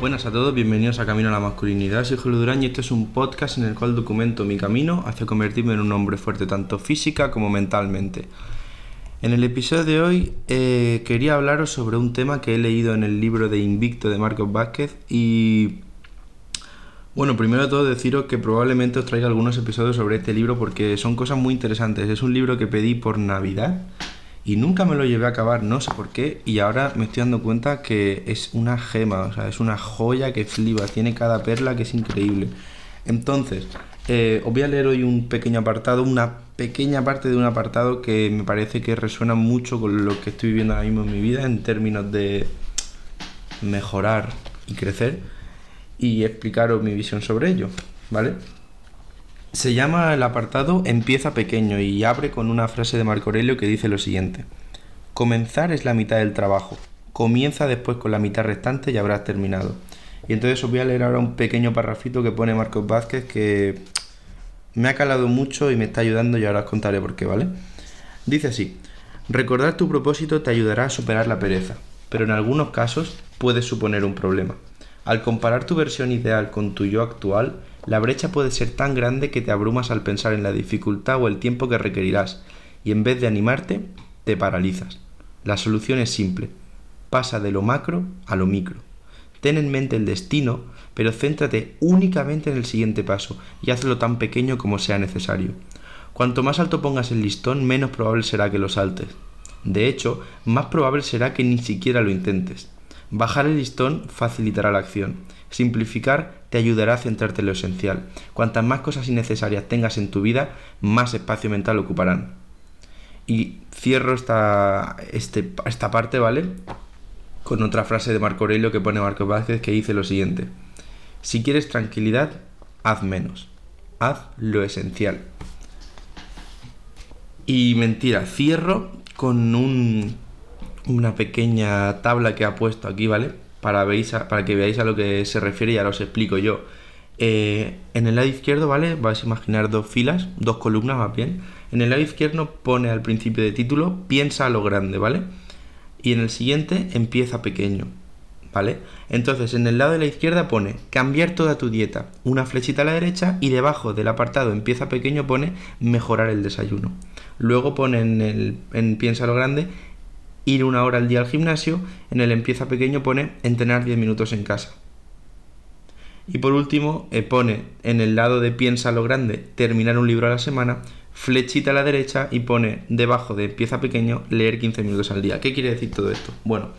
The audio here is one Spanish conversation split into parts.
Buenas a todos, bienvenidos a Camino a la Masculinidad. Soy Julio Durán y este es un podcast en el cual documento mi camino hacia convertirme en un hombre fuerte tanto física como mentalmente. En el episodio de hoy quería hablaros sobre un tema que he leído en el libro de Invicto de Marcos Vázquez y... Bueno, primero de todo deciros que probablemente os traiga algunos episodios sobre este libro porque son cosas muy interesantes. Es un libro que pedí por Navidad y nunca me lo llevé a acabar, no sé por qué, y ahora me estoy dando cuenta que es una gema, o sea, es una joya que flipa, tiene cada perla que es increíble. Entonces, os voy a leer hoy un pequeño apartado, una pequeña parte de un apartado que me parece que resuena mucho con lo que estoy viviendo ahora mismo en mi vida en términos de mejorar y crecer, y explicaros mi visión sobre ello, ¿vale? Se llama el apartado Empieza pequeño y abre con una frase de Marco Aurelio que dice lo siguiente: comenzar es la mitad del trabajo, comienza después con la mitad restante y habrás terminado. Y entonces os voy a leer ahora un pequeño parrafito que pone Marcos Vázquez que me ha calado mucho y me está ayudando y ahora os contaré por qué, ¿vale? Dice así: recordar tu propósito te ayudará a superar la pereza, pero en algunos casos puede suponer un problema. Al comparar tu versión ideal con tu yo actual, la brecha puede ser tan grande que te abrumas al pensar en la dificultad o el tiempo que requerirás, y en vez de animarte, te paralizas. La solución es simple: pasa de lo macro a lo micro. Ten en mente el destino, pero céntrate únicamente en el siguiente paso y hazlo tan pequeño como sea necesario. Cuanto más alto pongas el listón, menos probable será que lo saltes. De hecho, más probable será que ni siquiera lo intentes. Bajar el listón facilitará la acción. Simplificar te ayudará a centrarte en lo esencial. Cuantas más cosas innecesarias tengas en tu vida, más espacio mental ocuparán. Y cierro esta parte, ¿vale?, con otra frase de Marco Aurelio que pone Marcos Vázquez que dice lo siguiente: si quieres tranquilidad, haz menos. Haz lo esencial. Y mentira, cierro con una pequeña tabla que ha puesto aquí, ¿vale? Para que veáis a lo que se refiere y ahora os explico yo. En el lado izquierdo, ¿vale? Vais a imaginar dos columnas más bien. En el lado izquierdo pone al principio de título piensa a lo grande, ¿vale? Y en el siguiente empieza pequeño, ¿vale? Entonces en el lado de la izquierda pone cambiar toda tu dieta, una flechita a la derecha, y debajo del apartado empieza pequeño pone mejorar el desayuno. Luego pone en piensa a lo grande ir 1 hora al día al gimnasio. En el empieza pequeño pone entrenar 10 minutos en casa. Y por último pone en el lado de piensa lo grande terminar un libro a la semana, flechita a la derecha, y pone debajo de empieza pequeño leer 15 minutos al día. ¿Qué quiere decir todo esto? Bueno,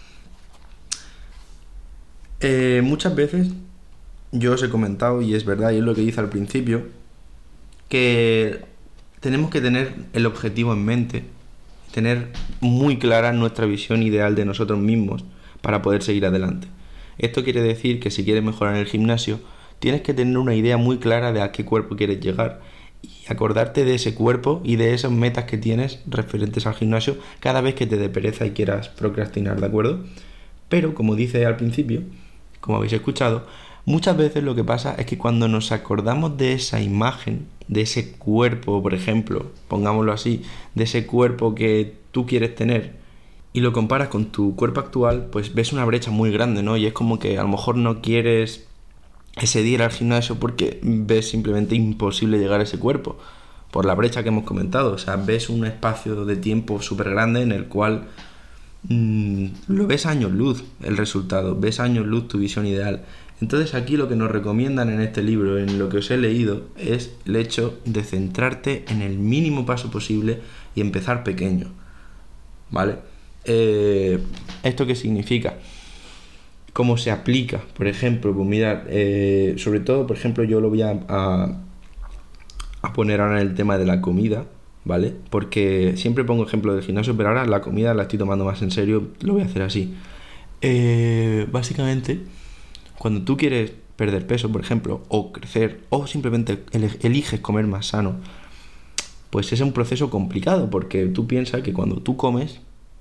muchas veces yo os he comentado, y es verdad, y es lo que hice al principio, que tenemos que tener el objetivo en mente, tener muy clara nuestra visión ideal de nosotros mismos para poder seguir adelante. Esto quiere decir que si quieres mejorar en el gimnasio, tienes que tener una idea muy clara de a qué cuerpo quieres llegar y acordarte de ese cuerpo y de esas metas que tienes referentes al gimnasio cada vez que te dé pereza y quieras procrastinar, ¿de acuerdo? Pero, como dice al principio, como habéis escuchado, muchas veces lo que pasa es que cuando nos acordamos de esa imagen, de ese cuerpo, por ejemplo, pongámoslo así, de ese cuerpo que tú quieres tener, y lo comparas con tu cuerpo actual, pues ves una brecha muy grande, ¿no? Y es como que a lo mejor no quieres ese día ir al gimnasio porque ves simplemente imposible llegar a ese cuerpo, por la brecha que hemos comentado. O sea, ves un espacio de tiempo súper grande en el cual lo ves años luz el resultado, ves años luz tu visión ideal. Entonces aquí lo que nos recomiendan en este libro, en lo que os he leído, es el hecho de centrarte en el mínimo paso posible y empezar pequeño, ¿vale? ¿Esto qué significa? ¿Cómo se aplica? Por ejemplo, pues mirad, sobre todo, por ejemplo, yo lo voy a poner ahora en el tema de la comida, ¿vale? Porque siempre pongo ejemplo del gimnasio, pero ahora la comida la estoy tomando más en serio, lo voy a hacer así. Básicamente, cuando tú quieres perder peso, por ejemplo, o crecer, o simplemente eliges comer más sano, pues es un proceso complicado, porque tú piensas que cuando tú comes,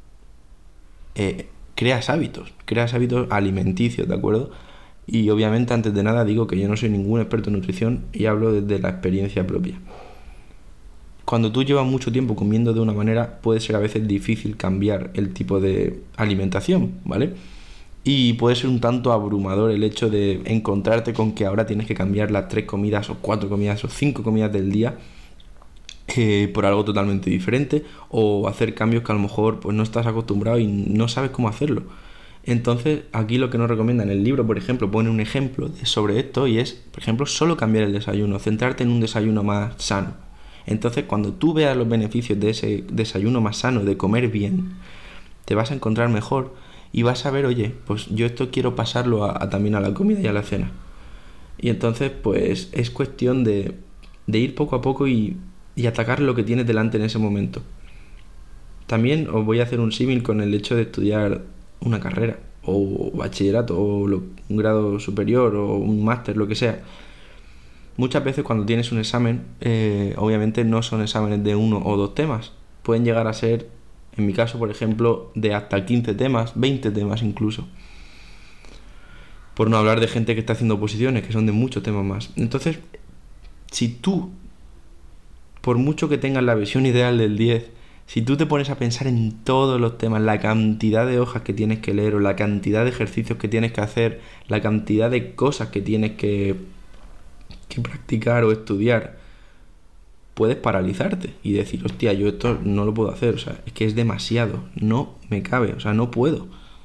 creas hábitos alimenticios, ¿de acuerdo? Y obviamente, antes de nada, digo que yo no soy ningún experto en nutrición y hablo desde la experiencia propia. Cuando tú llevas mucho tiempo comiendo de una manera, puede ser a veces difícil cambiar el tipo de alimentación, ¿vale? Y puede ser un tanto abrumador el hecho de encontrarte con que ahora tienes que cambiar las 3 comidas o 4 comidas o 5 comidas del día por algo totalmente diferente, o hacer cambios que a lo mejor pues no estás acostumbrado y no sabes cómo hacerlo. Entonces aquí lo que nos recomienda en el libro, por ejemplo, pone un ejemplo sobre esto y es, por ejemplo, solo cambiar el desayuno, centrarte en un desayuno más sano. Entonces cuando tú veas los beneficios de ese desayuno más sano, de comer bien, te vas a encontrar mejor y vas a ver, oye, pues yo esto quiero pasarlo también a la comida y a la cena. Y entonces pues es cuestión de ir poco a poco y atacar lo que tienes delante en ese momento. También os voy a hacer un símil con el hecho de estudiar una carrera o bachillerato o un grado superior o un máster, lo que sea. Muchas veces cuando tienes un examen, obviamente no son exámenes de 1 o 2 temas. Pueden llegar a ser, en mi caso, por ejemplo, de hasta 15 temas, 20 temas incluso. Por no hablar de gente que está haciendo oposiciones, que son de muchos temas más. Entonces, si tú, por mucho que tengas la visión ideal del 10, si tú te pones a pensar en todos los temas, la cantidad de hojas que tienes que leer o la cantidad de ejercicios que tienes que hacer, la cantidad de cosas que tienes que practicar o estudiar, puedes paralizarte y decir, hostia, yo esto no lo puedo hacer, o sea, es que es demasiado, no me cabe, o sea, no puedo.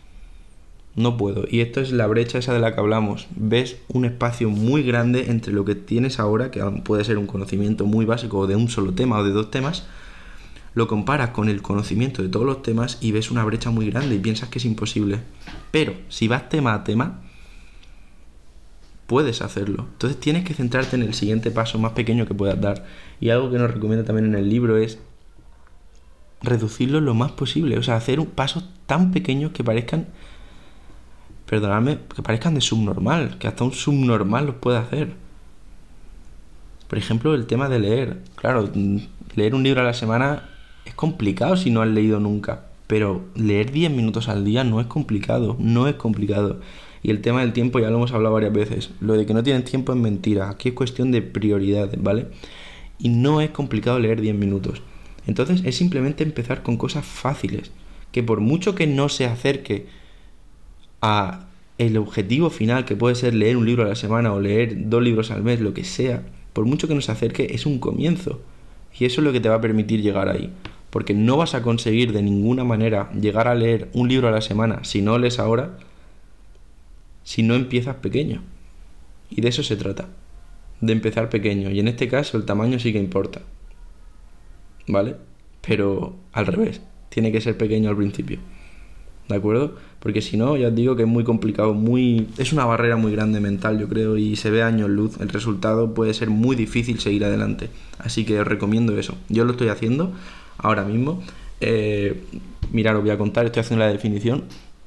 Y esto es la brecha esa de la que hablamos. Ves un espacio muy grande entre lo que tienes ahora, que puede ser un conocimiento muy básico de un solo tema o de 2 temas, lo comparas con el conocimiento de todos los temas y ves una brecha muy grande y piensas que es imposible. Pero si vas tema a tema, puedes hacerlo. Entonces tienes que centrarte en el siguiente paso más pequeño que puedas dar. Y algo que nos recomienda también en el libro es reducirlo lo más posible. O sea, hacer pasos tan pequeños que parezcan, perdonadme, que parezcan de subnormal, que hasta un subnormal los puede hacer. Por ejemplo, el tema de leer. Claro, leer un libro a la semana es complicado si no has leído nunca, pero leer 10 minutos al día no es complicado. Y el tema del tiempo ya lo hemos hablado varias veces. Lo de que no tienes tiempo es mentira. Aquí es cuestión de prioridades, ¿vale? Y no es complicado leer 10 minutos. Entonces es simplemente empezar con cosas fáciles, que por mucho que no se acerque a el objetivo final, que puede ser leer un libro a la semana o leer 2 libros al mes, lo que sea, por mucho que no se acerque, es un comienzo. Y eso es lo que te va a permitir llegar ahí. Porque no vas a conseguir de ninguna manera llegar a leer un libro a la semana si no lees ahora, si no empiezas pequeño. Y de eso se trata, de empezar pequeño. Y en este caso el tamaño sí que importa, ¿vale? Pero al revés, tiene que ser pequeño al principio, ¿de acuerdo? Porque si no, ya os digo que es muy complicado, es una barrera muy grande mental, yo creo, y se ve a años luz. El resultado puede ser muy difícil seguir adelante. Así que os recomiendo eso. Yo lo estoy haciendo ahora mismo. Mirad, os voy a contar, estoy haciendo la definición.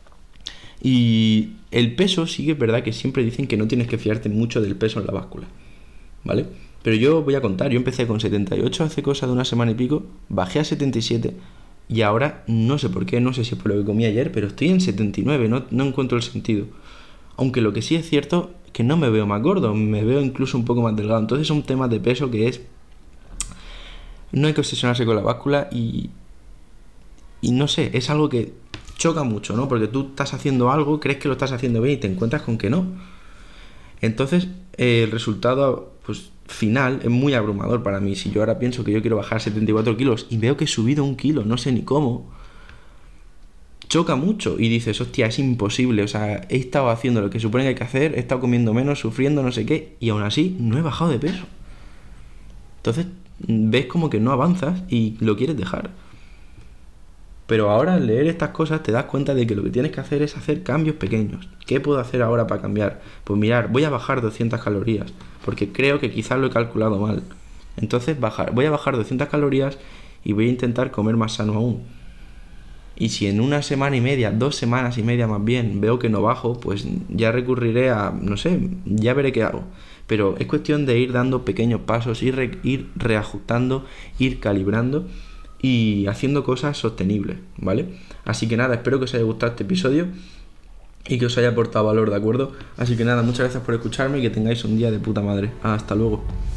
Y el peso sí que es verdad que siempre dicen que no tienes que fiarte mucho del peso en la báscula, ¿vale? Pero yo voy a contar, yo empecé con 78 hace cosa de una semana y pico, bajé a 77 y ahora no sé por qué, no sé si es por lo que comí ayer, pero estoy en 79, no encuentro el sentido. Aunque lo que sí es cierto es que no me veo más gordo, me veo incluso un poco más delgado. Entonces son temas de peso que no hay que obsesionarse con la báscula y no sé, es algo que choca mucho, ¿no? Porque tú estás haciendo algo, crees que lo estás haciendo bien y te encuentras con que no. Entonces el resultado pues final es muy abrumador para mí. Si yo ahora pienso que yo quiero bajar 74 kilos y veo que he subido 1 kilo, no sé ni cómo, choca mucho y dices, hostia, es imposible. O sea, he estado haciendo lo que supone que hay que hacer, he estado comiendo menos, sufriendo no sé qué, y aún así no he bajado de peso. Entonces ves como que no avanzas y lo quieres dejar. Pero ahora al leer estas cosas te das cuenta de que lo que tienes que hacer es hacer cambios pequeños. ¿Qué puedo hacer ahora para cambiar? Pues mirar, voy a bajar 200 calorías, porque creo que quizás lo he calculado mal. Entonces voy a bajar 200 calorías y voy a intentar comer más sano aún. Y si en una semana y media, 2 semanas y media más bien, veo que no bajo, pues ya recurriré a, no sé, ya veré qué hago. Pero es cuestión de ir dando pequeños pasos, ir reajustando, ir calibrando y haciendo cosas sostenibles, ¿vale? Así que nada, espero que os haya gustado este episodio y que os haya aportado valor, ¿de acuerdo? Así que nada, muchas gracias por escucharme y que tengáis un día de puta madre. Hasta luego.